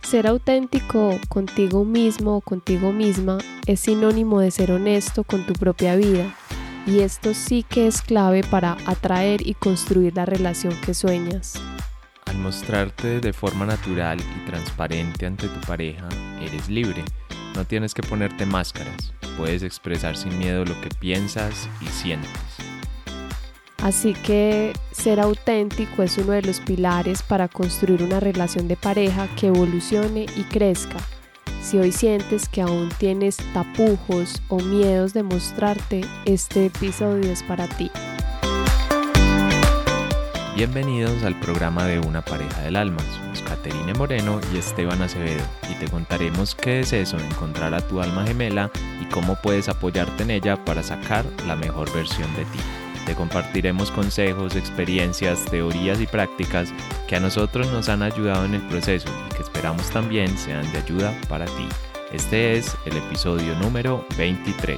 Ser auténtico contigo mismo o contigo misma es sinónimo de ser honesto con tu propia vida, y esto sí que es clave para atraer y construir la relación que sueñas. Al mostrarte de forma natural y transparente ante tu pareja, eres libre. No tienes que ponerte máscaras. Puedes expresar sin miedo lo que piensas y sientes. Así que ser auténtico es uno de los pilares para construir una relación de pareja que evolucione y crezca. Si hoy sientes que aún tienes tapujos o miedos de mostrarte, este episodio es para ti. Bienvenidos al programa de Una Pareja del Alma. Somos Caterine Moreno y Esteban Acevedo y te contaremos qué es eso de encontrar a tu alma gemela y cómo puedes apoyarte en ella para sacar la mejor versión de ti. Te compartiremos consejos, experiencias, teorías y prácticas que a nosotros nos han ayudado en el proceso y que esperamos también sean de ayuda para ti. Este es el episodio número 23.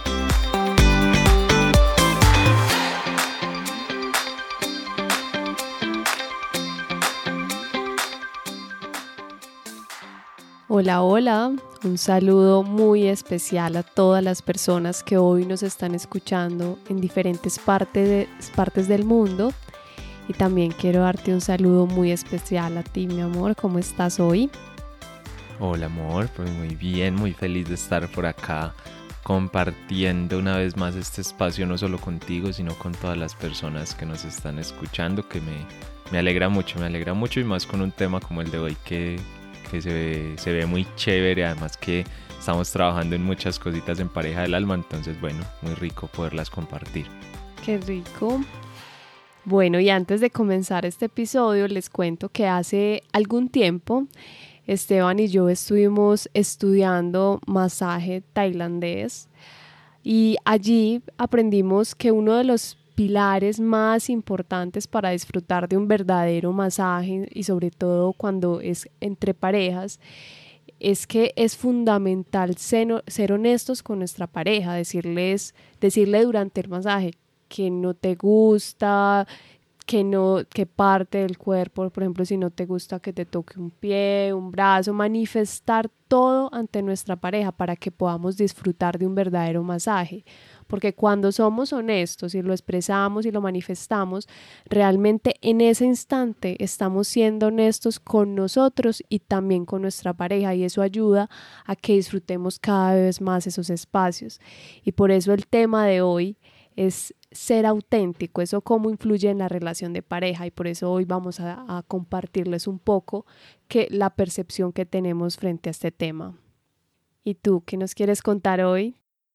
Hola, hola, un saludo muy especial a todas las personas que hoy nos están escuchando en diferentes partes del mundo, y también quiero darte un saludo muy especial a ti, mi amor. ¿Cómo estás hoy? Hola amor, pues muy bien, muy feliz de estar por acá compartiendo una vez más este espacio, no solo contigo, sino con todas las personas que nos están escuchando, que me alegra mucho y más con un tema como el de hoy que se ve muy chévere, además que estamos trabajando en muchas cositas en Pareja del Alma, entonces bueno, muy rico poderlas compartir. Qué rico. Bueno, y antes de comenzar este episodio les cuento que hace algún tiempo Esteban y yo estuvimos estudiando masaje tailandés, y allí aprendimos que uno de los pilares más importantes para disfrutar de un verdadero masaje, y sobre todo cuando es entre parejas, es que es fundamental ser honestos con nuestra pareja, decirle durante el masaje que no te gusta, que parte del cuerpo, por ejemplo, si no te gusta que te toque un pie, un brazo, manifestar todo ante nuestra pareja para que podamos disfrutar de un verdadero masaje. Porque cuando somos honestos y lo expresamos y lo manifestamos, realmente en ese instante estamos siendo honestos con nosotros y también con nuestra pareja, y eso ayuda a que disfrutemos cada vez más esos espacios. Y por eso el tema de hoy es ser auténtico, eso cómo influye en la relación de pareja, y por eso hoy vamos a compartirles un poco la percepción que tenemos frente a este tema. ¿Y tú qué nos quieres contar hoy?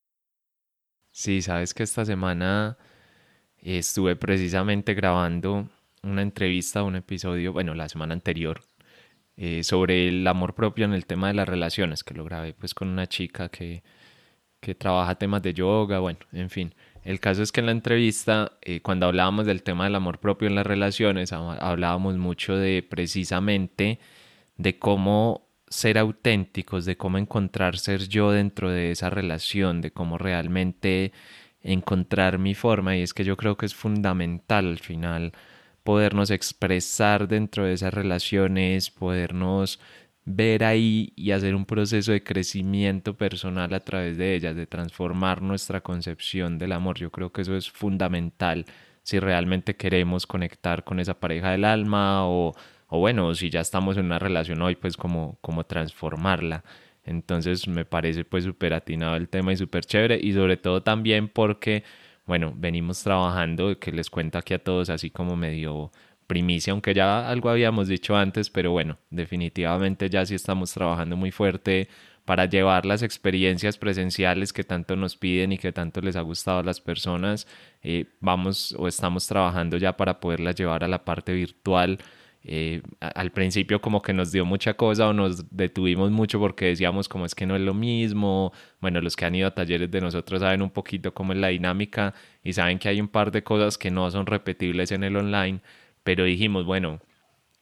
Sí, sabes que esta semana estuve precisamente grabando una entrevista, un episodio, bueno, la semana anterior, sobre el amor propio en el tema de las relaciones, que lo grabé pues con una chica que trabaja temas de yoga, bueno, en fin. El caso es que en la entrevista, cuando hablábamos del tema del amor propio en las relaciones, hablábamos mucho de precisamente de cómo ser auténticos, de cómo encontrar ser yo dentro de esa relación, de cómo realmente encontrar mi forma. Y es que yo creo que es fundamental al final podernos expresar dentro de esas relaciones, podernos ver ahí y hacer un proceso de crecimiento personal a través de ellas, de transformar nuestra concepción del amor. Yo creo que eso es fundamental si realmente queremos conectar con esa pareja del alma, o bueno, si ya estamos en una relación hoy, pues como transformarla. Entonces me parece pues súper atinado el tema y súper chévere, y sobre todo también porque, bueno, venimos trabajando, que les cuento aquí a todos así como medio primicia, aunque ya algo habíamos dicho antes, pero bueno, definitivamente ya sí estamos trabajando muy fuerte para llevar las experiencias presenciales que tanto nos piden y que tanto les ha gustado a las personas. Vamos o estamos trabajando ya para poderlas llevar a la parte virtual. Al principio como que nos dio mucha cosa o nos detuvimos mucho porque decíamos como es que no es lo mismo. Bueno, los que han ido a talleres de nosotros saben un poquito cómo es la dinámica y saben que hay un par de cosas que no son repetibles en el online, pero dijimos, bueno,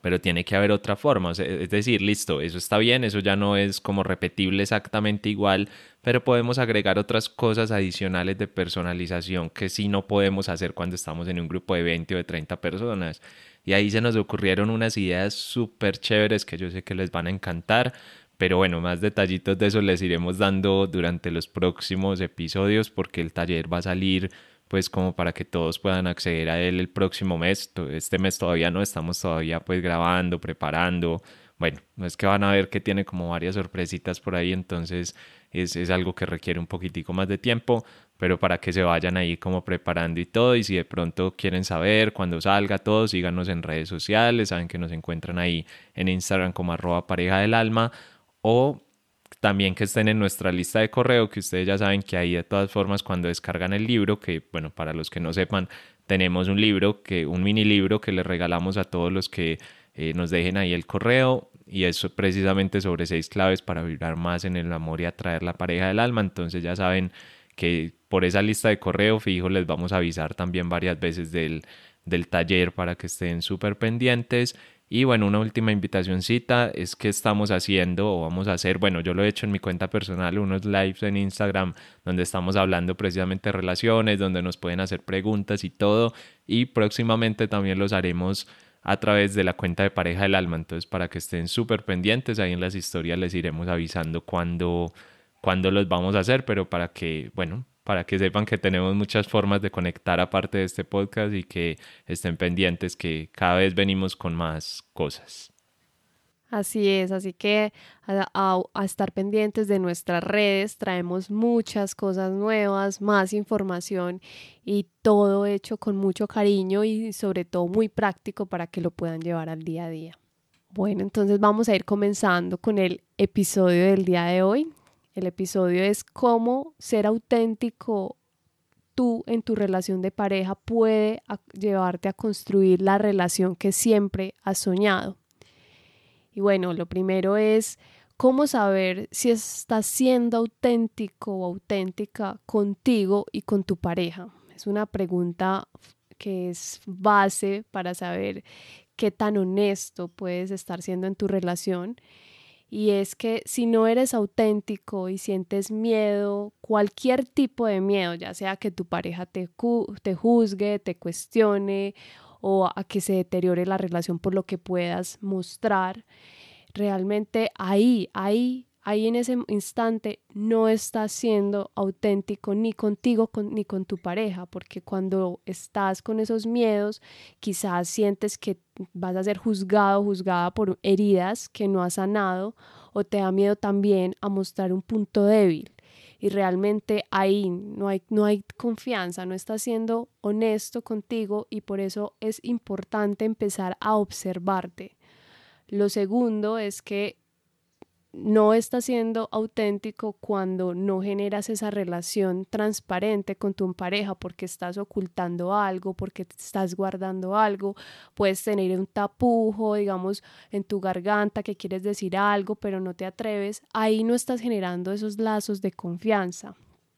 pero tiene que haber otra forma, o sea, es decir, listo, eso está bien, eso ya no es como repetible exactamente igual, pero podemos agregar otras cosas adicionales de personalización que sí no podemos hacer cuando estamos en un grupo de 20 o de 30 personas. Y ahí se nos ocurrieron unas ideas súper chéveres que yo sé que les van a encantar, pero bueno, más detallitos de eso les iremos dando durante los próximos episodios porque el taller va a salir pues como para que todos puedan acceder a él el próximo mes. Este mes todavía no, estamos todavía pues grabando, preparando. Bueno, no es que van a ver que tiene como varias sorpresitas por ahí, entonces es algo que requiere un poquitico más de tiempo, pero para que se vayan ahí como preparando y todo, y si de pronto quieren saber cuando salga todo, síganos en redes sociales, saben que nos encuentran ahí en Instagram como @pareja del alma, o también que estén en nuestra lista de correo, que ustedes ya saben que ahí de todas formas cuando descargan el libro, que bueno, para los que no sepan, tenemos un libro, un mini libro que les regalamos a todos los que nos dejen ahí el correo, y eso precisamente sobre 6 claves para vibrar más en el amor y atraer la pareja del alma. Entonces ya saben que por esa lista de correo fijo les vamos a avisar también varias veces del taller para que estén súper pendientes. Y bueno, una última invitacioncita es que estamos haciendo o vamos a hacer, bueno, yo lo he hecho en mi cuenta personal, unos lives en Instagram donde estamos hablando precisamente de relaciones, donde nos pueden hacer preguntas y todo, y próximamente también los haremos a través de la cuenta de Pareja del Alma. Entonces, para que estén súper pendientes, ahí en las historias les iremos avisando cuándo los vamos a hacer, pero para que, bueno, para que sepan que tenemos muchas formas de conectar aparte de este podcast y que estén pendientes que cada vez venimos con más cosas. Así es, así que a estar pendientes de nuestras redes, traemos muchas cosas nuevas, más información y todo hecho con mucho cariño y sobre todo muy práctico para que lo puedan llevar al día a día. Bueno, entonces vamos a ir comenzando con el episodio del día de hoy. El episodio es cómo ser auténtico tú en tu relación de pareja puede llevarte a construir la relación que siempre has soñado. Y bueno, lo primero es cómo saber si estás siendo auténtico o auténtica contigo y con tu pareja. Es una pregunta que es base para saber qué tan honesto puedes estar siendo en tu relación. Y es que si no eres auténtico y sientes miedo, cualquier tipo de miedo, ya sea que tu pareja te juzgue, te cuestione o a que se deteriore la relación por lo que puedas mostrar, realmente ahí en ese instante no estás siendo auténtico ni contigo ni con tu pareja, porque cuando estás con esos miedos, quizás sientes que vas a ser juzgado, juzgada por heridas que no has sanado, o te da miedo también a mostrar un punto débil. Y realmente ahí no hay confianza, no estás siendo honesto contigo, y por eso es importante empezar a observarte. Lo segundo es que no estás siendo auténtico cuando no generas esa relación transparente con tu pareja, porque estás ocultando algo, porque te estás guardando algo. Puedes tener un tapujo, digamos, en tu garganta que quieres decir algo, pero no te atreves. Ahí no estás generando esos lazos de confianza.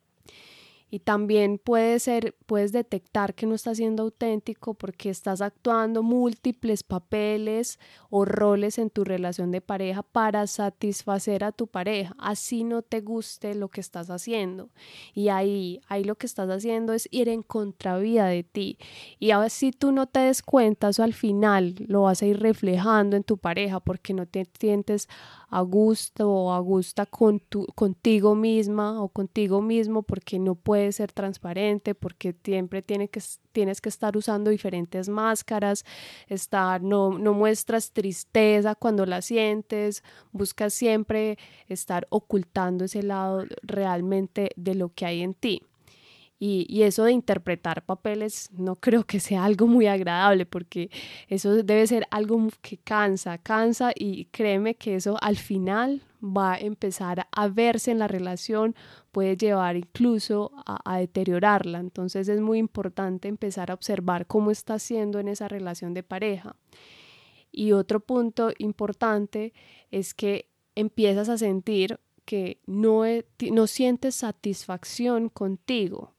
Y también puedes detectar que no estás siendo auténtico porque estás actuando múltiples papeles o roles en tu relación de pareja para satisfacer a tu pareja, así no te guste lo que estás haciendo. Y ahí lo que estás haciendo es ir en contravía de ti. Y ahora si tú no te des cuenta, eso al final lo vas a ir reflejando en tu pareja porque no te sientes a gusto o a gusto contigo misma o contigo mismo, porque no puedes ser transparente, porque siempre tienes que estar usando diferentes máscaras, no muestras tristeza cuando la sientes, buscas siempre estar ocultando ese lado realmente de lo que hay en ti. Y eso de interpretar papeles no creo que sea algo muy agradable, porque eso debe ser algo que cansa y créeme que eso al final va a empezar a verse en la relación, puede llevar incluso a deteriorarla. Entonces es muy importante empezar a observar cómo estás siendo en esa relación de pareja. Y otro punto importante es que empiezas a sentir que no sientes satisfacción contigo.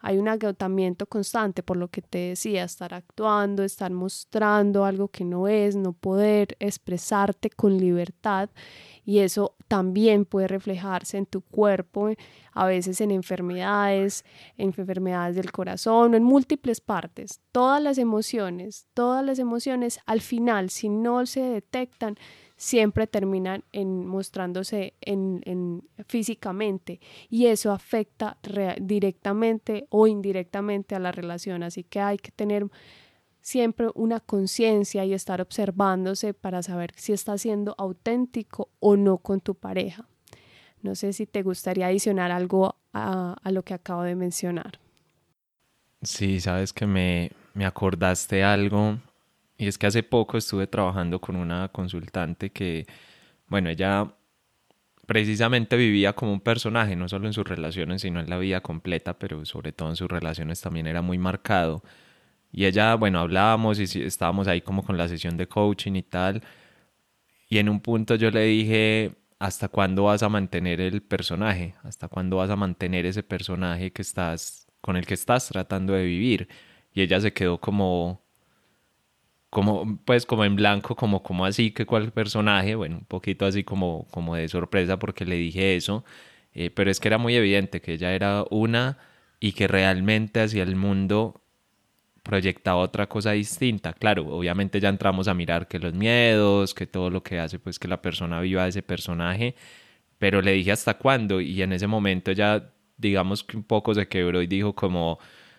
hay un agotamiento constante, por lo que te decía, estar actuando, estar mostrando algo que no es, no poder expresarte con libertad, y eso también puede reflejarse en tu cuerpo, a veces en enfermedades del corazón o en múltiples partes. Todas las emociones al final, si no se detectan, siempre terminan mostrándose físicamente, y eso afecta directamente o indirectamente a la relación. Así que hay que tener siempre una conciencia y estar observándose para saber si está siendo auténtico o no con tu pareja. No sé si te gustaría adicionar algo a lo que acabo de mencionar. Sí, sabes que me acordaste algo, y es que hace poco estuve trabajando con una consultante que, bueno, ella precisamente vivía como un personaje, no solo en sus relaciones, sino en la vida completa, pero sobre todo en sus relaciones también era muy marcado. Y ella, bueno, hablábamos y estábamos ahí como con la sesión de coaching y tal, y en un punto yo le dije, ¿hasta cuándo vas a mantener el personaje? ¿Hasta cuándo vas a mantener ese personaje con el que estás tratando de vivir? Y ella se quedó como en blanco, como así, que cuál personaje, bueno, un poquito así como de sorpresa porque le dije eso, pero es que era muy evidente que ella era una y que realmente hacia el mundo proyectaba otra cosa distinta. Claro, obviamente ya entramos a mirar que los miedos, que todo lo que hace pues que la persona viva ese personaje, pero le dije hasta cuándo, y en ese momento ya digamos que un poco se quebró y dijo como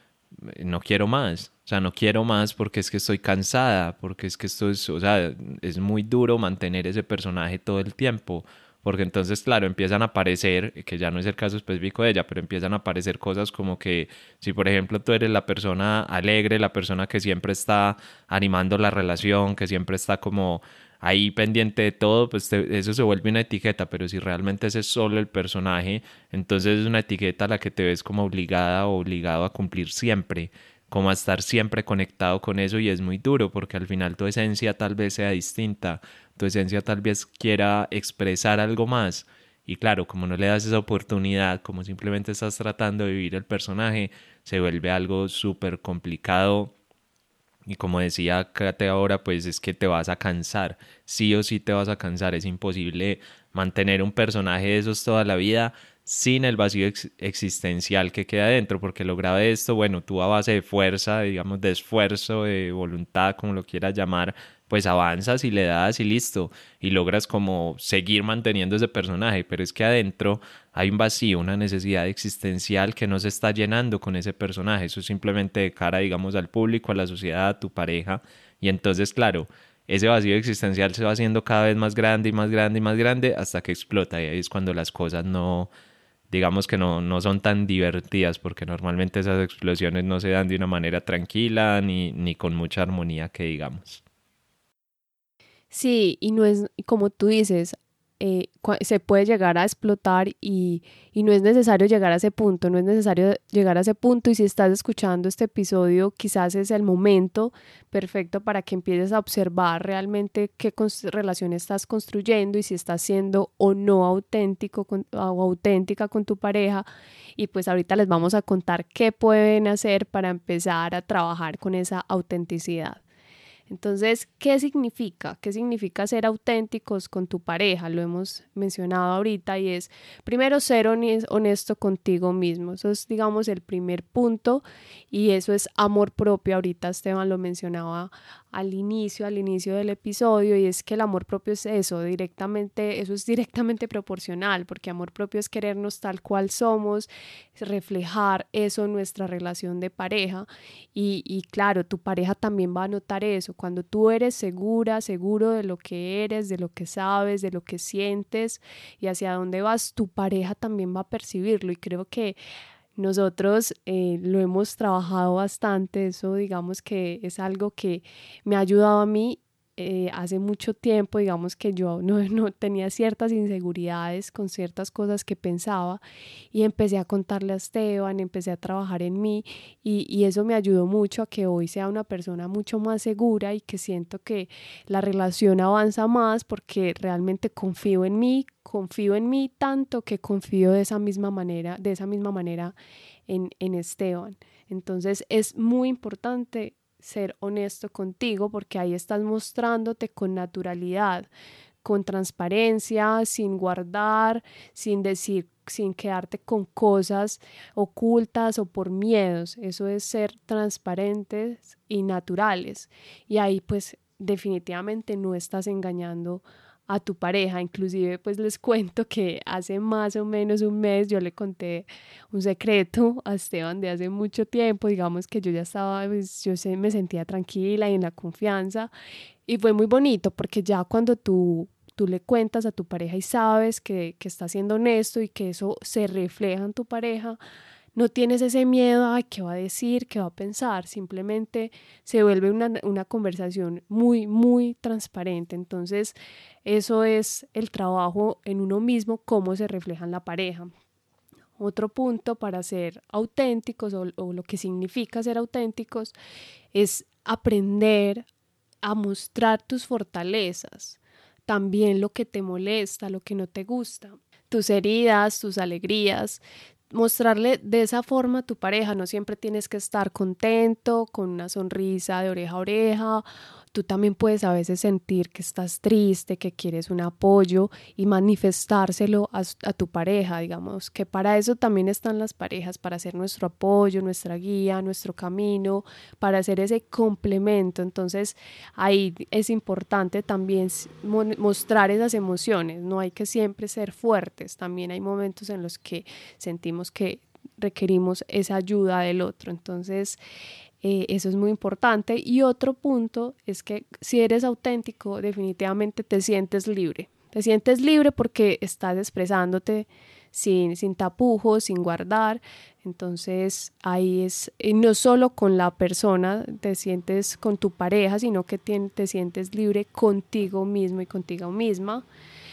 no quiero más, o sea, no quiero más porque es que estoy cansada, porque es que esto es, o sea, es muy duro mantener ese personaje todo el tiempo, porque entonces, claro, empiezan a aparecer, que ya no es el caso específico de ella, pero empiezan a aparecer cosas como que si, por ejemplo, tú eres la persona alegre, la persona que siempre está animando la relación, que siempre está como ahí pendiente de todo, pues eso se vuelve una etiqueta, pero si realmente ese es solo el personaje, entonces es una etiqueta a la que te ves como obligada o obligado a cumplir siempre, como a estar siempre conectado con eso, y es muy duro porque al final tu esencia tal vez sea distinta, tu esencia tal vez quiera expresar algo más, y claro, como no le das esa oportunidad, como simplemente estás tratando de vivir el personaje, se vuelve algo súper complicado. Y como decía Kate ahora, pues es que te vas a cansar, sí o sí te vas a cansar, es imposible mantener un personaje de esos toda la vida sin el vacío existencial que queda dentro, porque lo grave de esto, bueno, tú a base de fuerza, digamos, de esfuerzo, de voluntad, como lo quieras llamar, pues avanzas y le das y listo, y logras como seguir manteniendo ese personaje, pero es que adentro hay un vacío, una necesidad existencial que no se está llenando con ese personaje, eso es simplemente de cara, digamos, al público, a la sociedad, a tu pareja, y entonces, claro, ese vacío existencial se va haciendo cada vez más grande y más grande y más grande hasta que explota, y ahí es cuando las cosas no, digamos que no son tan divertidas, porque normalmente esas explosiones no se dan de una manera tranquila ni con mucha armonía que digamos. Sí, y no es como tú dices, se puede llegar a explotar, y no es necesario llegar a ese punto, no es necesario llegar a ese punto, y si estás escuchando este episodio, quizás es el momento perfecto para que empieces a observar realmente qué relación estás construyendo y si estás siendo o no auténtico o auténtica con tu pareja, y pues ahorita les vamos a contar qué pueden hacer para empezar a trabajar con esa autenticidad. Entonces, ¿qué significa? ¿Qué significa ser auténticos con tu pareja? Lo hemos mencionado ahorita, y es primero ser honesto contigo mismo. Eso es, digamos, el primer punto, y eso es amor propio. Ahorita Esteban lo mencionaba al inicio del episodio, y es que el amor propio es eso es directamente proporcional, porque amor propio es querernos tal cual somos, es reflejar eso en nuestra relación de pareja, y claro, tu pareja también va a notar eso. Cuando tú eres seguro de lo que eres, de lo que sabes, de lo que sientes y hacia dónde vas, tu pareja también va a percibirlo, y creo que nosotros lo hemos trabajado bastante. Eso digamos que es algo que me ha ayudado a mí. Hace mucho tiempo, digamos que yo no tenía ciertas inseguridades con ciertas cosas que pensaba, y empecé a contarle a Esteban, empecé a trabajar en mí, y eso me ayudó mucho a que hoy sea una persona mucho más segura, y que siento que la relación avanza más porque realmente confío en mí tanto que confío de esa misma manera en Esteban. Entonces es muy importante ser honesto contigo porque ahí estás mostrándote con naturalidad, con transparencia, sin guardar, sin decir, sin quedarte con cosas ocultas o por miedos. Eso es ser transparentes y naturales. Y ahí pues definitivamente no estás engañando a tu pareja. Inclusive pues les cuento que hace más o menos un mes yo le conté un secreto a Esteban de hace mucho tiempo. Digamos que yo ya estaba, pues, me sentía tranquila y en la confianza, y fue muy bonito porque ya cuando tú le cuentas a tu pareja y sabes que está siendo honesto y que eso se refleja en tu pareja, no tienes ese miedo a qué va a decir, qué va a pensar. Simplemente se vuelve una conversación muy, muy transparente. Entonces, eso es el trabajo en uno mismo, cómo se refleja en la pareja. Otro punto para ser auténticos o lo que significa ser auténticos es aprender a mostrar tus fortalezas, también lo que te molesta, lo que no te gusta, tus heridas, tus alegrías. Mostrarle de esa forma a tu pareja. No siempre tienes que estar contento, con una sonrisa de oreja a oreja. Tú también puedes a veces sentir que estás triste, que quieres un apoyo y manifestárselo a tu pareja. Digamos que para eso también están las parejas, para ser nuestro apoyo, nuestra guía, nuestro camino, para hacer ese complemento. Entonces ahí es importante también mostrar esas emociones. No hay que siempre ser fuertes. También hay momentos en los que sentimos que requerimos esa ayuda del otro. Entonces eso es muy importante. Y otro punto es que si eres auténtico, definitivamente te sientes libre. Te sientes libre porque estás expresándote sin tapujos, sin guardar. Entonces ahí es no solo con la persona, te sientes con tu pareja, sino que te sientes libre contigo mismo y contigo misma.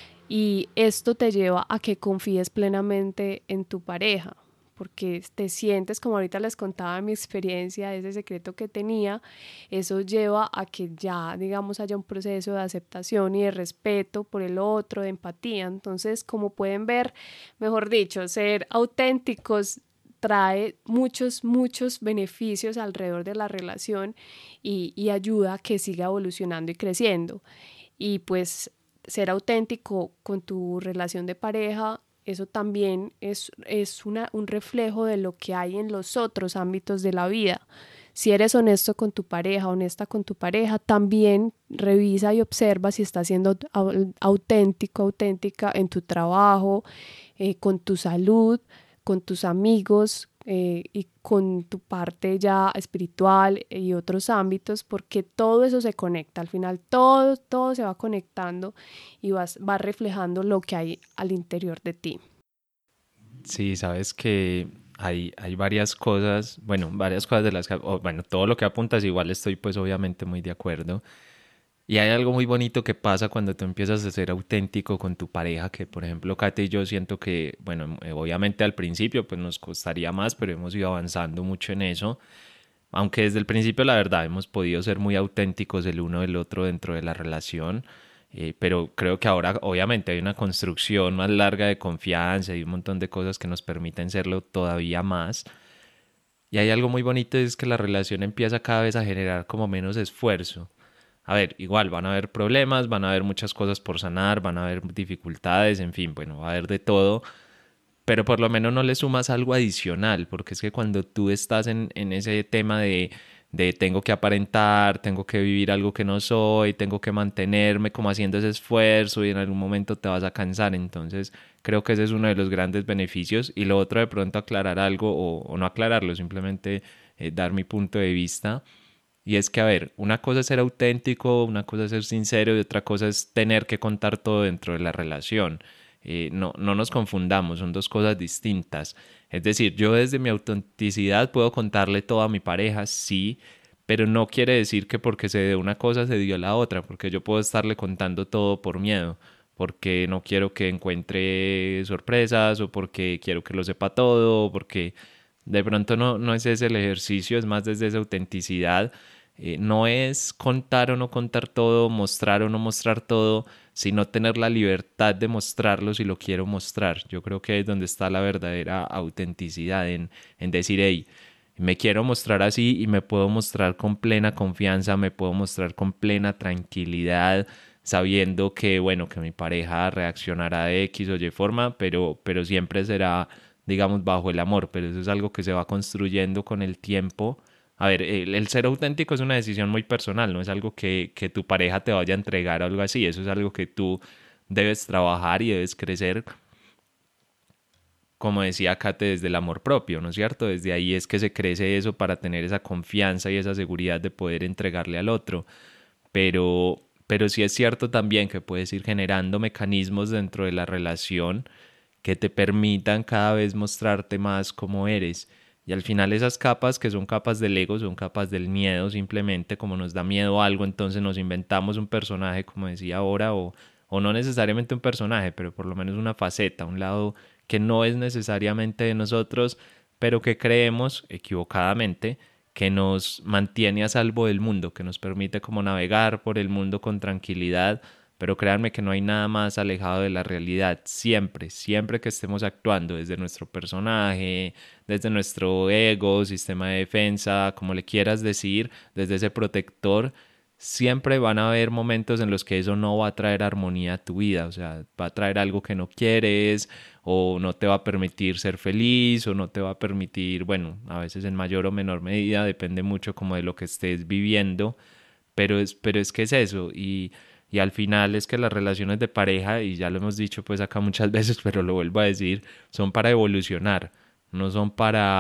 Y esto te lleva a que confíes plenamente en tu pareja, porque te sientes, como ahorita les contaba mi experiencia, ese secreto que tenía. Eso lleva a que ya, digamos, haya un proceso de aceptación y de respeto por el otro, de empatía. Entonces, como pueden ver, mejor dicho, ser auténticos trae muchos beneficios alrededor de la relación y ayuda a que siga evolucionando y creciendo. Y pues ser auténtico con tu relación de pareja, eso también es un reflejo de lo que hay en los otros ámbitos de la vida. Si eres honesto con tu pareja, honesta con tu pareja, también revisa y observa si estás siendo auténtico, auténtica en tu trabajo, con tu salud, con tus amigos, y con tu parte ya espiritual y otros ámbitos, porque todo eso se conecta. Al final todo se va conectando y va reflejando lo que hay al interior de ti. Sí, sabes que hay varias cosas, varias cosas de las que, todo lo que apuntas igual estoy pues obviamente muy de acuerdo. Y hay algo muy bonito que pasa cuando tú empiezas a ser auténtico con tu pareja, que por ejemplo Kate y yo siento que, obviamente al principio pues nos costaría más, pero hemos ido avanzando mucho en eso. Aunque desde el principio la verdad hemos podido ser muy auténticos el uno del otro dentro de la relación. Pero creo que ahora obviamente hay una construcción más larga de confianza y un montón de cosas que nos permiten serlo todavía más. Y hay algo muy bonito, es que la relación empieza cada vez a generar como menos esfuerzo. A ver, igual van a haber problemas, van a haber muchas cosas por sanar, van a haber dificultades, en fin, va a haber de todo, pero por lo menos no le sumas algo adicional, porque es que cuando tú estás en ese tema de tengo que aparentar, tengo que vivir algo que no soy, tengo que mantenerme como haciendo ese esfuerzo y en algún momento te vas a cansar. Entonces creo que ese es uno de los grandes beneficios. Y lo otro, de pronto aclarar algo o no aclararlo, simplemente dar mi punto de vista. Y es que, a ver, una cosa es ser auténtico, una cosa es ser sincero y otra cosa es tener que contar todo dentro de la relación. No nos confundamos, son dos cosas distintas. Es decir, yo desde mi autenticidad puedo contarle todo a mi pareja, sí, pero no quiere decir que porque se dio una cosa se dio la otra, porque yo puedo estarle contando todo por miedo, porque no quiero que encuentre sorpresas o porque quiero que lo sepa todo, o porque de pronto no es ese el ejercicio, es más desde esa autenticidad. No es contar o no contar todo, mostrar o no mostrar todo, sino tener la libertad de mostrarlo si lo quiero mostrar. Yo creo que es donde está la verdadera autenticidad en decir, hey, me quiero mostrar así y me puedo mostrar con plena confianza, me puedo mostrar con plena tranquilidad, sabiendo que, bueno, que mi pareja reaccionará de X o Y forma, pero siempre será, digamos, bajo el amor. Pero eso es algo que se va construyendo con el tiempo. A ver, el ser auténtico es una decisión muy personal, no es algo que tu pareja te vaya a entregar o algo así, eso es algo que tú debes trabajar y debes crecer, como decía Kate, desde el amor propio, ¿no es cierto? Desde ahí es que se crece eso para tener esa confianza y esa seguridad de poder entregarle al otro. Pero sí es cierto también que puedes ir generando mecanismos dentro de la relación que te permitan cada vez mostrarte más como eres. Y al final esas capas que son capas del ego, son capas del miedo, simplemente como nos da miedo algo, entonces nos inventamos un personaje, como decía ahora, o no necesariamente un personaje, pero por lo menos una faceta, un lado que no es necesariamente de nosotros, pero que creemos equivocadamente que nos mantiene a salvo del mundo, que nos permite como navegar por el mundo con tranquilidad, pero créanme que no hay nada más alejado de la realidad. Siempre, siempre que estemos actuando desde nuestro personaje, desde nuestro ego, sistema de defensa, como le quieras decir, desde ese protector, siempre van a haber momentos en los que eso no va a traer armonía a tu vida, o sea, va a traer algo que no quieres o no te va a permitir ser feliz o no te va a permitir, bueno, a veces en mayor o menor medida, depende mucho como de lo que estés viviendo, pero es que es eso y al final es que las relaciones de pareja, y ya lo hemos dicho pues acá muchas veces, pero lo vuelvo a decir, son para evolucionar, no son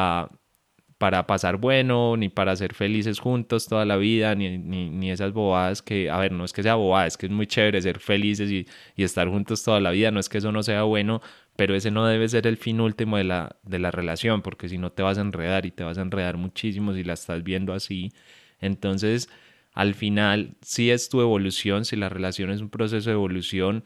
para pasar bueno, ni para ser felices juntos toda la vida, ni esas bobadas que, a ver, no es que sea bobada, es que es muy chévere ser felices y estar juntos toda la vida, no es que eso no sea bueno, pero ese no debe ser el fin último de la relación, porque si no te vas a enredar y te vas a enredar muchísimo si la estás viendo así. Entonces, al final, si es tu evolución, si la relación es un proceso de evolución,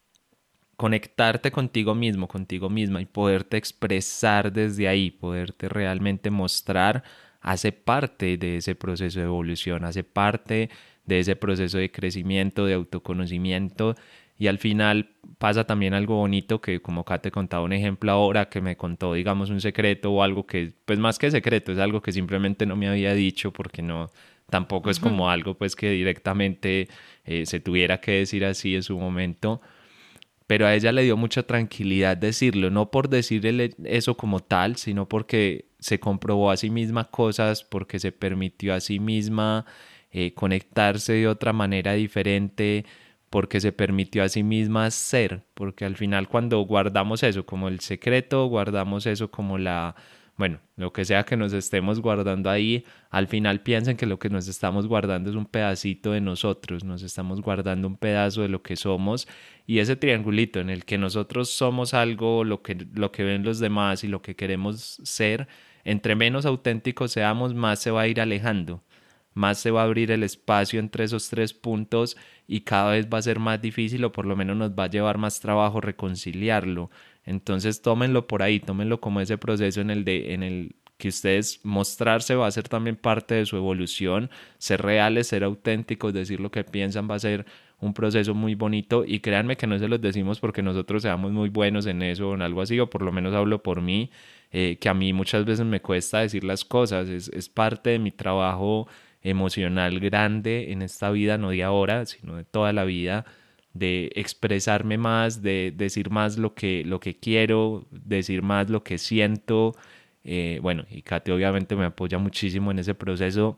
conectarte contigo mismo, contigo misma y poderte expresar desde ahí, poderte realmente mostrar, hace parte de ese proceso de evolución, hace parte de ese proceso de crecimiento, de autoconocimiento y al final pasa también algo bonito que como Kate contaba un ejemplo ahora que me contó digamos un secreto o algo que pues más que secreto es algo que simplemente no me había dicho porque no tampoco es como algo pues que directamente se tuviera que decir así en su momento, pero a ella le dio mucha tranquilidad decirlo, no por decirle eso como tal, sino porque se comprobó a sí misma cosas, porque se permitió a sí misma conectarse de otra manera diferente, porque se permitió a sí misma ser, porque al final cuando guardamos eso como el secreto, guardamos eso como bueno, lo que sea que nos estemos guardando ahí, al final piensen que lo que nos estamos guardando es un pedacito de nosotros, nos estamos guardando un pedazo de lo que somos y ese triangulito en el que nosotros somos algo, lo que ven los demás y lo que queremos ser, entre menos auténticos seamos, más se va a ir alejando, más se va a abrir el espacio entre esos tres puntos y cada vez va a ser más difícil o por lo menos nos va a llevar más trabajo reconciliarlo. Entonces tómenlo por ahí, tómenlo como ese proceso en el que ustedes mostrarse va a ser también parte de su evolución, ser reales, ser auténticos, decir lo que piensan va a ser un proceso muy bonito y créanme que no se los decimos porque nosotros seamos muy buenos en eso o en algo así, o por lo menos hablo por mí, que a mí muchas veces me cuesta decir las cosas, es parte de mi trabajo emocional grande en esta vida, no de ahora, sino de toda la vida, de expresarme más, de decir más lo que quiero, decir más lo que siento. Bueno, y Kate obviamente me apoya muchísimo en ese proceso,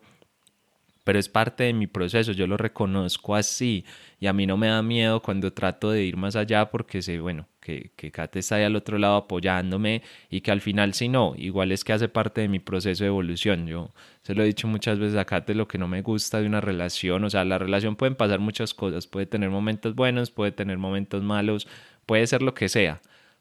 pero es parte de mi proceso, yo lo reconozco así y a mí no me da miedo cuando trato de ir más allá porque sé, bueno, que Kate está ahí al otro lado apoyándome y que al final si no, igual es que hace parte de mi proceso de evolución. Yo se lo he dicho muchas veces a Kate lo que no me gusta de una relación, o sea, la relación pueden pasar muchas cosas, puede tener momentos buenos, puede tener momentos malos, puede ser lo que sea,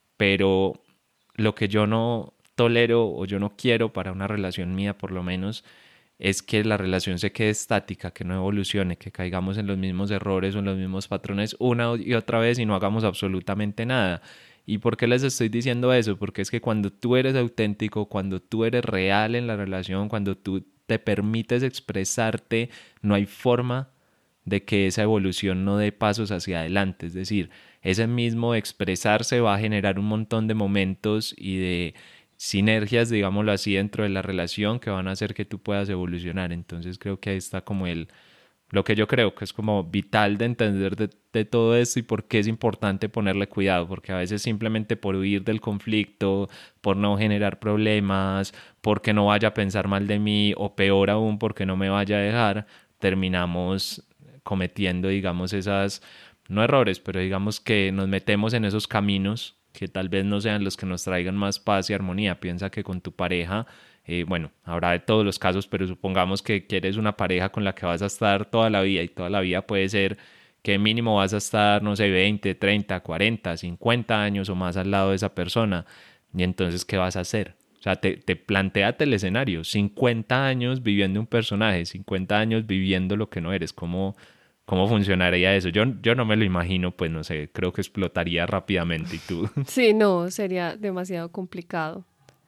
pero lo que yo no tolero o yo no quiero para una relación mía por lo menos es que la relación se quede estática, que no evolucione, que caigamos en los mismos errores o en los mismos patrones una y otra vez y no hagamos absolutamente nada. ¿Y por qué les estoy diciendo eso? Porque es que cuando tú eres auténtico, cuando tú eres real en la relación, cuando tú te permites expresarte, no hay forma de que esa evolución no dé pasos hacia adelante. Es decir, ese mismo expresarse va a generar un montón de momentos y de sinergias, digámoslo así, dentro de la relación que van a hacer que tú puedas evolucionar. Entonces creo que ahí está como lo que yo creo que es como vital de entender de todo esto y por qué es importante ponerle cuidado, porque a veces simplemente por huir del conflicto, por no generar problemas, porque no vaya a pensar mal de mí o peor aún porque no me vaya a dejar, terminamos cometiendo, digamos, esas, no errores, pero digamos que nos metemos en esos caminos que tal vez no sean los que nos traigan más paz y armonía. Piensa que con tu pareja, bueno, habrá de todos los casos, pero supongamos que quieres una pareja con la que vas a estar toda la vida y toda la vida puede ser que mínimo vas a estar, no sé, 20, 30, 40, 50 años o más al lado de esa persona. Y entonces, ¿qué vas a hacer? O sea, planteate el escenario, 50 años viviendo un personaje, 50 años viviendo lo que no eres, ¿cómo funcionaría eso? Yo no me lo imagino, pues no sé, creo que explotaría rápidamente. ¿Y tú? Sí, no, sería demasiado complicado.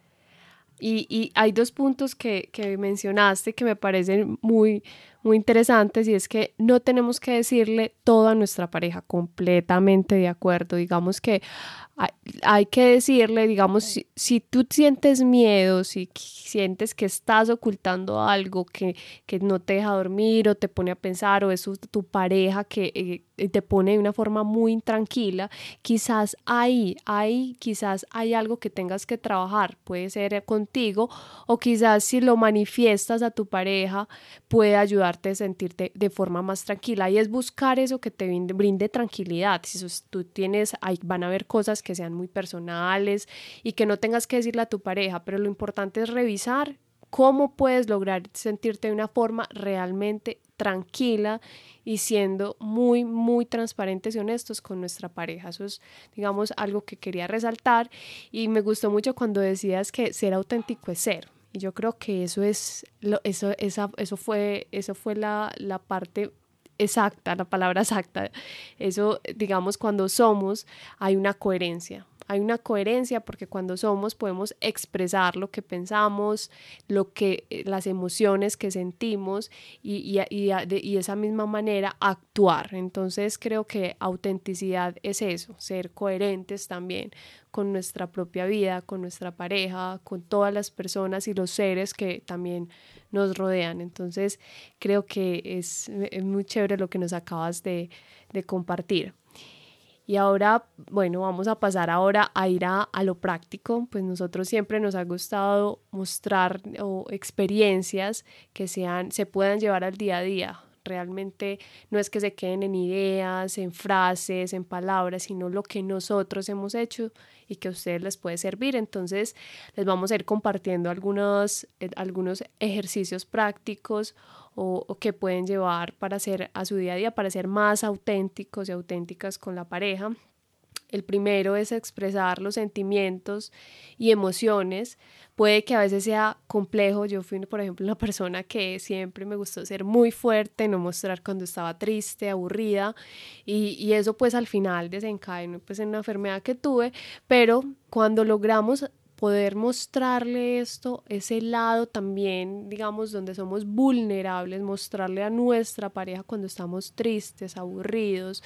Y hay dos puntos que mencionaste que me parecen muy, muy interesantes, y es que no tenemos que decirle todo a nuestra pareja, completamente de acuerdo. Digamos que hay, hay que decirle, digamos, si tú sientes miedo, si sientes que estás ocultando algo que no te deja dormir o te pone a pensar, o es tu pareja que te pone de una forma muy intranquila, quizás quizás hay algo que tengas que trabajar, puede ser contigo, o quizás si lo manifiestas a tu pareja puede ayudarte a sentirte de forma más tranquila, y es buscar eso que te brinde tranquilidad. Si tú tienes, van a haber cosas que sean muy personales y que no tengas que decirle a tu pareja, pero lo importante es revisar cómo puedes lograr sentirte de una forma realmente tranquila y siendo muy, muy transparentes y honestos con nuestra pareja. Eso es, digamos, algo que quería resaltar, y me gustó mucho cuando decías que ser auténtico es ser. Y yo creo que eso fue la parte exacta, la palabra exacta. Eso, digamos, cuando somos, hay una coherencia. Hay una coherencia porque cuando somos podemos expresar lo que pensamos, las emociones que sentimos, y esa misma manera actuar. Entonces creo que autenticidad es eso, ser coherentes también con nuestra propia vida, con nuestra pareja, con todas las personas y los seres que también nos rodean. Entonces creo que es muy chévere lo que nos acabas de compartir. Y ahora, bueno, vamos a pasar ahora a ir a lo práctico. Pues nosotros siempre nos ha gustado mostrar experiencias que se puedan llevar al día a día. Realmente no es que se queden en ideas, en frases, en palabras, sino lo que nosotros hemos hecho y que a ustedes les puede servir. Entonces les vamos a ir compartiendo algunos ejercicios prácticos o que pueden llevar para hacer a su día a día, para ser más auténticos y auténticas con la pareja. El primero es expresar los sentimientos y emociones. Puede que a veces sea complejo. Yo fui, por ejemplo, una persona que siempre me gustó ser muy fuerte, no mostrar cuando estaba triste, aburrida, y eso pues al final desencadenó pues en una enfermedad que tuve, pero cuando logramos poder mostrarle ese lado también, digamos, donde somos vulnerables, mostrarle a nuestra pareja cuando estamos tristes, aburridos,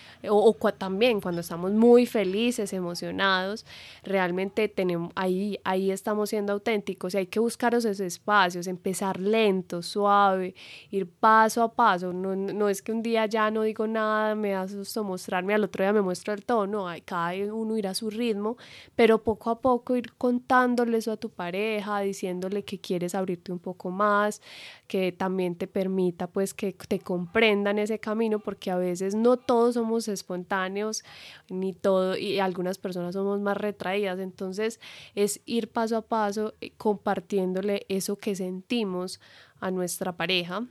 también cuando estamos muy felices, emocionados, realmente ahí estamos siendo auténticos, y hay que buscar esos espacios, empezar lento, suave, ir paso a paso. No es que un día ya no digo nada, me da susto mostrarme, al otro día me muestro el todo, no, cada uno irá a su ritmo, pero poco a poco ir contándole eso a tu pareja, diciéndole que quieres abrirte un poco más, que también te permita pues que te comprendan ese camino, porque a veces no todos somos espontáneos, y algunas personas somos más retraídas. Entonces es ir paso a paso, compartiéndole eso que sentimos a nuestra pareja.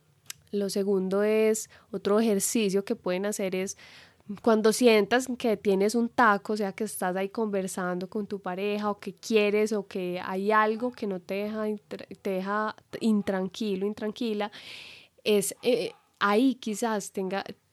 Lo segundo es, otro ejercicio que pueden hacer es, cuando sientas que tienes un taco, o sea que estás ahí conversando con tu pareja, o que quieres, o que hay algo que no te deja intranquilo, intranquila, es ahí quizás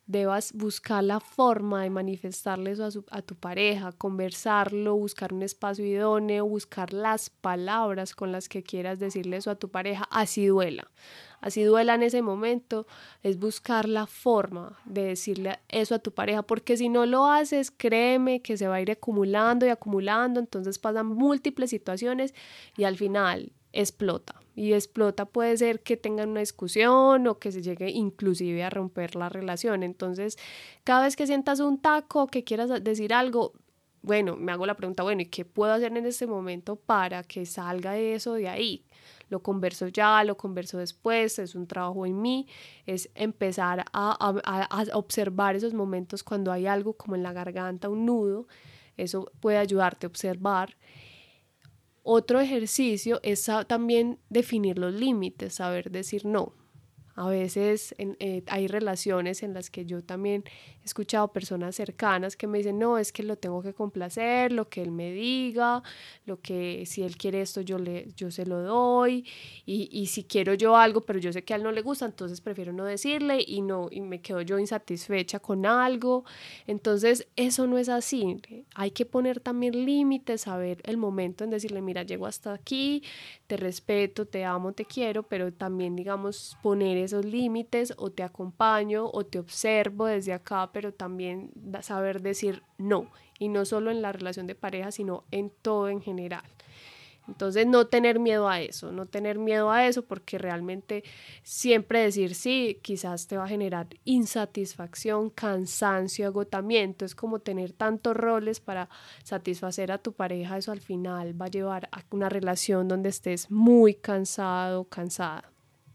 debas buscar la forma de manifestarle eso a tu pareja, conversarlo, buscar un espacio idóneo, buscar las palabras con las que quieras decirle eso a tu pareja, así duela en ese momento, es buscar la forma de decirle eso a tu pareja, porque si no lo haces, créeme que se va a ir acumulando y acumulando, entonces pasan múltiples situaciones y al final explota. Y explota puede ser que tengan una discusión o que se llegue inclusive a romper la relación. Entonces, cada vez que sientas un taco, que quieras decir algo, bueno, me hago la pregunta, bueno, ¿y qué puedo hacer en este momento para que salga eso de ahí? Lo converso ya, lo converso después, es un trabajo en mí, es empezar a observar esos momentos cuando hay algo como en la garganta, un nudo, eso puede ayudarte a observar. Otro ejercicio es también definir los límites, saber decir no. A veces hay relaciones en las que yo también he escuchado personas cercanas que me dicen, no, es que lo tengo que complacer, lo que él me diga, lo que si él quiere esto yo se lo doy y si quiero yo algo pero yo sé que a él no le gusta, entonces prefiero no decirle y me quedo yo insatisfecha con algo. Entonces eso no es así, hay que poner también límites, saber el momento en decirle, mira, llego hasta aquí, te respeto, te amo, te quiero, pero también digamos poner esos límites o te acompaño o te observo desde acá, pero también saber decir no, y no solo en la relación de pareja, sino en todo en general. Entonces no tener miedo a eso porque realmente siempre decir sí quizás te va a generar insatisfacción, cansancio, agotamiento. Es como tener tantos roles para satisfacer a tu pareja, eso al final va a llevar a una relación donde estés muy cansado, cansada.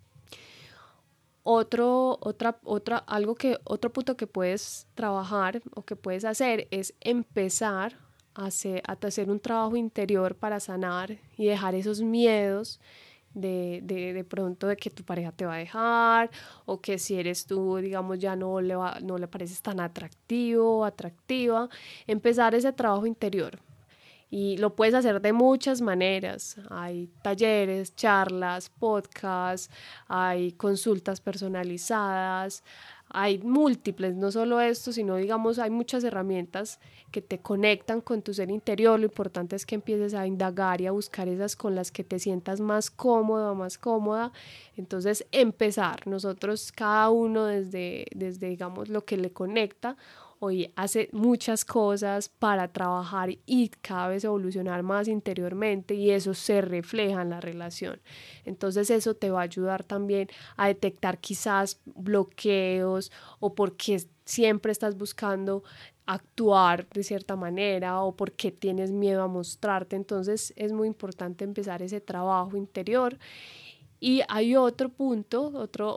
Otro punto que puedes trabajar o que puedes hacer es empezar a hacer un trabajo interior para sanar y dejar esos miedos de pronto de que tu pareja te va a dejar o que si eres tú, digamos, ya no le pareces tan atractivo o atractiva. Empezar ese trabajo interior. Y lo puedes hacer de muchas maneras. Hay talleres, charlas, podcasts, hay consultas personalizadas, hay múltiples, no solo esto, sino digamos hay muchas herramientas que te conectan con tu ser interior. Lo importante es que empieces a indagar y a buscar esas con las que te sientas más cómodo o más cómoda. Entonces empezar, nosotros cada uno desde digamos lo que le conecta, hoy hace muchas cosas para trabajar y cada vez evolucionar más interiormente y eso se refleja en la relación. Entonces eso te va a ayudar también a detectar quizás bloqueos o porque siempre estás buscando actuar de cierta manera o porque tienes miedo a mostrarte. Entonces es muy importante empezar ese trabajo interior. Y hay otro punto,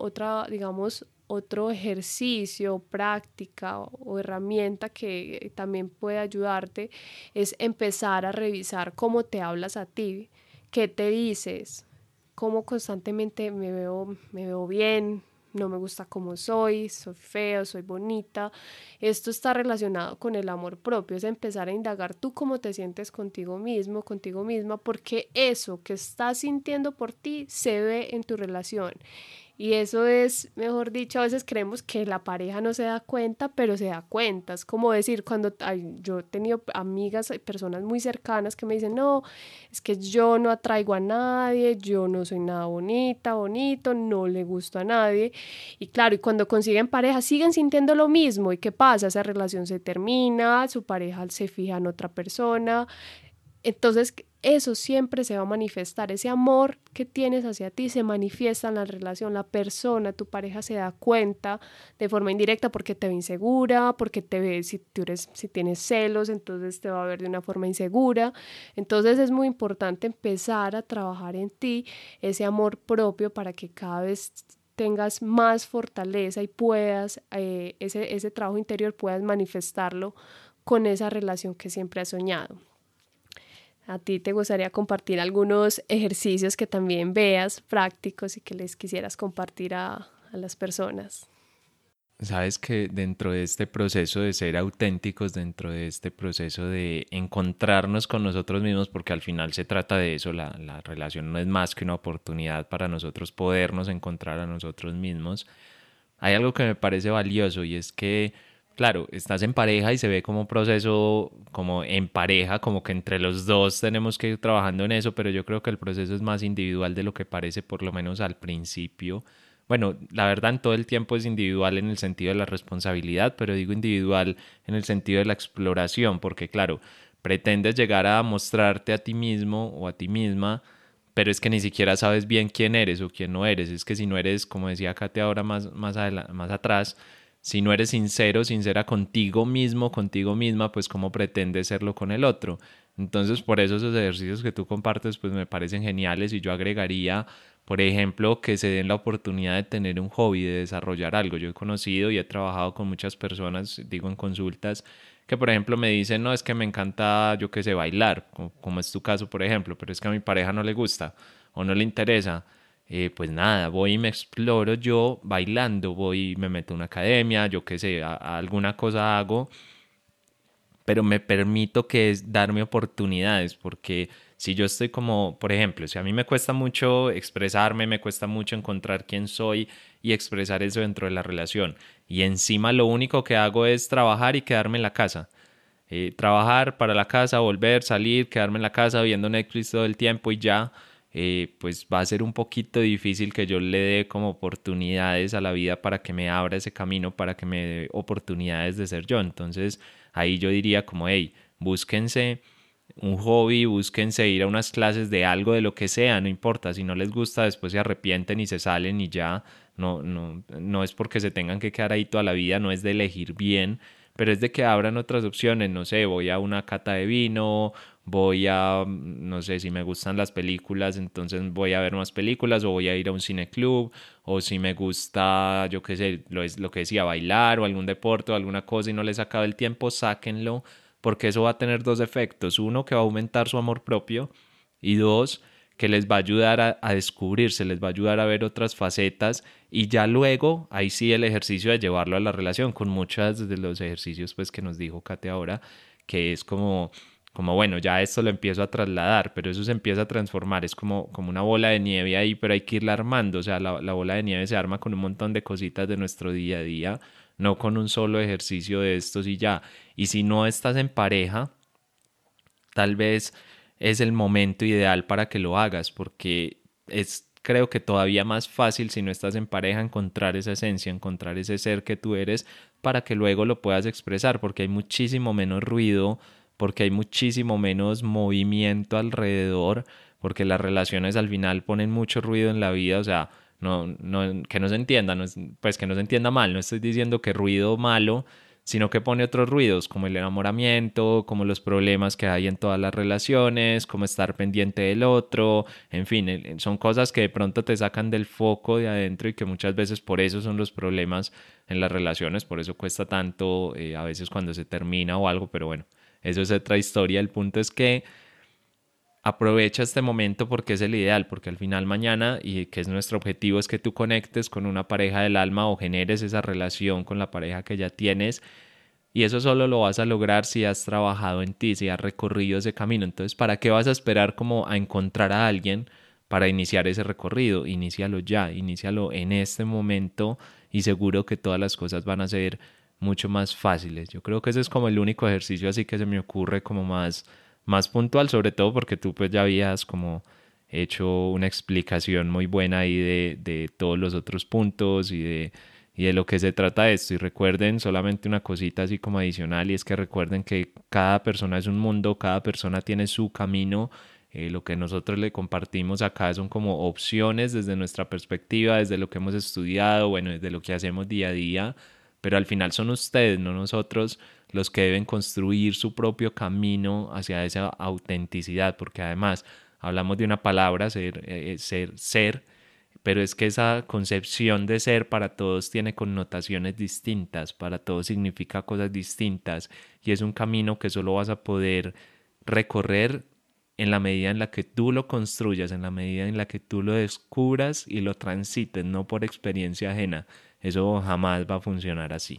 otro ejercicio, práctica o herramienta que también puede ayudarte es empezar a revisar cómo te hablas a ti, qué te dices, cómo constantemente me veo bien, no me gusta cómo soy feo, soy bonita. Esto está relacionado con el amor propio, es empezar a indagar tú cómo te sientes contigo mismo, contigo misma, porque eso que estás sintiendo por ti se ve en tu relación. Y eso es, mejor dicho, a veces creemos que la pareja no se da cuenta, pero se da cuenta. Es como decir, yo he tenido amigas, personas muy cercanas que me dicen, no, es que yo no atraigo a nadie, yo no soy nada bonito, no le gusto a nadie. Y claro, y cuando consiguen pareja siguen sintiendo lo mismo. ¿Y qué pasa? Esa relación se termina, su pareja se fija en otra persona. Entonces eso siempre se va a manifestar, ese amor que tienes hacia ti se manifiesta en la relación, la persona, tu pareja se da cuenta de forma indirecta porque te ve insegura, porque te ve si tienes celos, entonces te va a ver de una forma insegura. Entonces es muy importante empezar a trabajar en ti ese amor propio para que cada vez tengas más fortaleza y puedas, ese trabajo interior puedas manifestarlo con esa relación que siempre has soñado. ¿A ti te gustaría compartir algunos ejercicios que también veas prácticos y que les quisieras compartir a las personas? Sabes que dentro de este proceso de ser auténticos, dentro de este proceso de encontrarnos con nosotros mismos, porque al final se trata de eso, la relación no es más que una oportunidad para nosotros podernos encontrar a nosotros mismos. hay algo que me parece valioso y es que, claro, estás en pareja y se ve como un proceso como en pareja, como que entre los dos tenemos que ir trabajando en eso, pero yo creo que el proceso es más individual de lo que parece, por lo menos al principio. Bueno, la verdad en todo el tiempo es individual en el sentido de la responsabilidad, pero digo individual en el sentido de la exploración, porque claro, pretendes llegar a mostrarte a ti mismo o a ti misma, pero es que ni siquiera sabes bien quién eres o quién no eres. Es que si no eres, como decía Kate ahora más atrás, si no eres sincero, sincera contigo mismo, contigo misma, pues cómo pretendes serlo con el otro. Entonces, por eso esos ejercicios que tú compartes, pues me parecen geniales y yo agregaría, por ejemplo, que se den la oportunidad de tener un hobby, de desarrollar algo. Yo he conocido y he trabajado con muchas personas, digo en consultas, que por ejemplo me dicen, no, es que me encanta, yo qué sé, bailar, como es tu caso, por ejemplo, pero es que a mi pareja no le gusta o no le interesa. Pues nada, voy y me exploro yo bailando, voy y me meto a una academia, yo qué sé, a alguna cosa hago, pero me permito que es darme oportunidades, porque si yo estoy como, por ejemplo, si a mí me cuesta mucho expresarme, me cuesta mucho encontrar quién soy y expresar eso dentro de la relación, y encima lo único que hago es trabajar y quedarme en la casa. Trabajar para la casa, volver, salir, quedarme en la casa viendo Netflix todo el tiempo y ya, pues va a ser un poquito difícil que yo le dé como oportunidades a la vida para que me abra ese camino, para que me dé oportunidades de ser yo. Entonces ahí yo diría como, hey, búsquense un hobby, búsquense ir a unas clases de algo, de lo que sea, no importa, si no les gusta después se arrepienten y se salen y ya, no es porque se tengan que quedar ahí toda la vida, no es de elegir bien, pero es de que abran otras opciones, no sé, voy a una cata de vino, voy a, no sé, si me gustan las películas, entonces voy a ver más películas o voy a ir a un cineclub, o si me gusta, yo qué sé, es lo que decía, bailar o algún deporte o alguna cosa y no les acaba el tiempo, sáquenlo, porque eso va a tener dos efectos, uno que va a aumentar su amor propio y dos que les va a ayudar a descubrirse, les va a ayudar a ver otras facetas y ya luego, ahí sí el ejercicio de llevarlo a la relación con muchos de los ejercicios pues que nos dijo Kate ahora, que es como bueno, ya esto lo empiezo a trasladar, pero eso se empieza a transformar, es como una bola de nieve ahí, pero hay que irla armando, o sea, la bola de nieve se arma con un montón de cositas de nuestro día a día, no con un solo ejercicio de estos y ya. Y si no estás en pareja, tal vez es el momento ideal para que lo hagas, porque es creo que todavía más fácil si no estás en pareja encontrar esa esencia, encontrar ese ser que tú eres para que luego lo puedas expresar, porque hay muchísimo menos ruido, porque hay muchísimo menos movimiento alrededor, porque las relaciones al final ponen mucho ruido en la vida, o sea, que no se entienda, pues que no se entienda mal, no estoy diciendo que ruido malo, sino que pone otros ruidos como el enamoramiento, como los problemas que hay en todas las relaciones, como estar pendiente del otro, en fin, son cosas que de pronto te sacan del foco de adentro y que muchas veces por eso son los problemas en las relaciones, por eso cuesta tanto a veces cuando se termina o algo, pero bueno, eso es otra historia. El punto es que aprovecha este momento porque es el ideal, porque al final mañana, y que es nuestro objetivo, es que tú conectes con una pareja del alma o generes esa relación con la pareja que ya tienes. Y eso solo lo vas a lograr si has trabajado en ti, si has recorrido ese camino. Entonces, ¿para qué vas a esperar como a encontrar a alguien para iniciar ese recorrido? Inícialo ya, inícialo en este momento y seguro que todas las cosas van a ser mucho más fáciles. Yo creo que ese es como el único ejercicio así que se me ocurre como más puntual, sobre todo porque tú pues ya habías como hecho una explicación muy buena ahí de todos los otros puntos y de lo que se trata esto. Y recuerden solamente una cosita así como adicional, y es que recuerden que cada persona es un mundo, cada persona tiene su camino. Lo que nosotros le compartimos acá son como opciones desde nuestra perspectiva, desde lo que hemos estudiado, bueno, desde lo que hacemos día a día, pero al final son ustedes, no nosotros, los que deben construir su propio camino hacia esa autenticidad, porque además hablamos de una palabra, ser, pero es que esa concepción de ser para todos tiene connotaciones distintas, para todos significa cosas distintas y es un camino que solo vas a poder recorrer en la medida en la que tú lo construyas, en la medida en la que tú lo descubras y lo transites, no por experiencia ajena. Eso jamás va a funcionar así.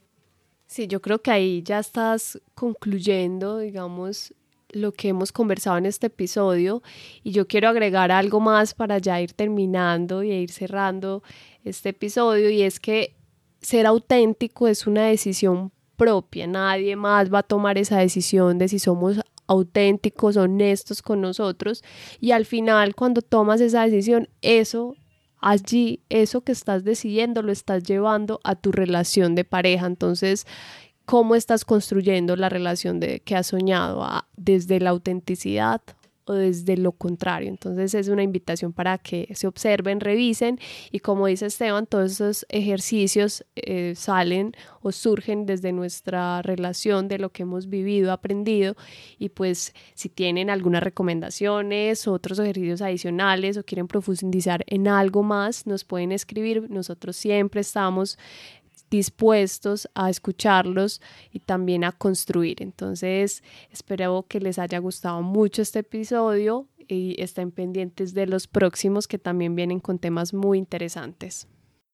Sí, yo creo que ahí ya estás concluyendo, digamos, lo que hemos conversado en este episodio y yo quiero agregar algo más para ya ir terminando y ir cerrando este episodio y es que ser auténtico es una decisión propia, nadie más va a tomar esa decisión de si somos auténticos, honestos con nosotros, y al final cuando tomas esa decisión, eso que estás decidiendo lo estás llevando a tu relación de pareja. Entonces, ¿cómo estás construyendo la relación que has soñado? ¿Desde la autenticidad o desde lo contrario? Entonces es una invitación para que se observen, revisen, y como dice Esteban, todos esos ejercicios salen o surgen desde nuestra relación, de lo que hemos vivido, aprendido, y pues si tienen algunas recomendaciones, otros ejercicios adicionales o quieren profundizar en algo más, nos pueden escribir. Nosotros siempre estamos dispuestos a escucharlos y también a construir. Entonces, espero que les haya gustado mucho este episodio y estén pendientes de los próximos, que también vienen con temas muy interesantes.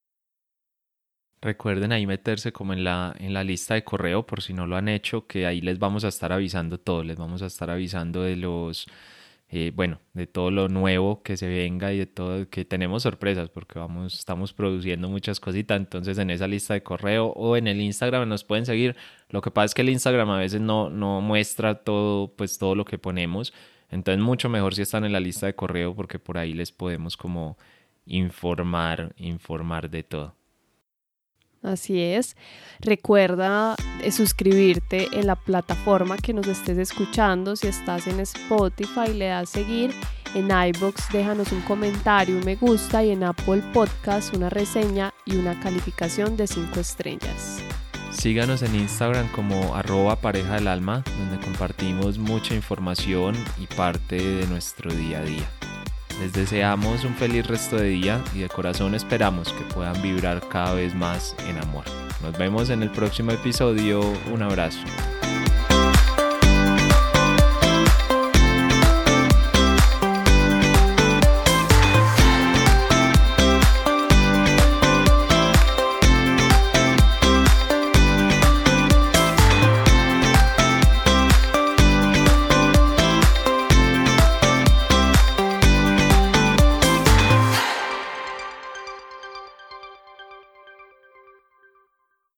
Recuerden ahí meterse como en la lista de correo, por si no lo han hecho, que ahí les vamos a estar avisando todo, les vamos a estar avisando de de todo lo nuevo que se venga y de todo, que tenemos sorpresas porque estamos produciendo muchas cositas. Entonces en esa lista de correo o en el Instagram nos pueden seguir. Lo que pasa es que el Instagram a veces no muestra todo, pues todo lo que ponemos. Entonces mucho mejor si están en la lista de correo, porque por ahí les podemos como informar de todo. Así es. Recuerda suscribirte en la plataforma que nos estés escuchando. Si estás en Spotify, le das seguir. En iVoox, déjanos un comentario, un me gusta, y en Apple Podcast una reseña y una calificación de 5 estrellas. Síganos en Instagram como @parejadelalma, donde compartimos mucha información y parte de nuestro día a día. Les deseamos un feliz resto de día y de corazón esperamos que puedan vibrar cada vez más en amor. Nos vemos en el próximo episodio. Un abrazo.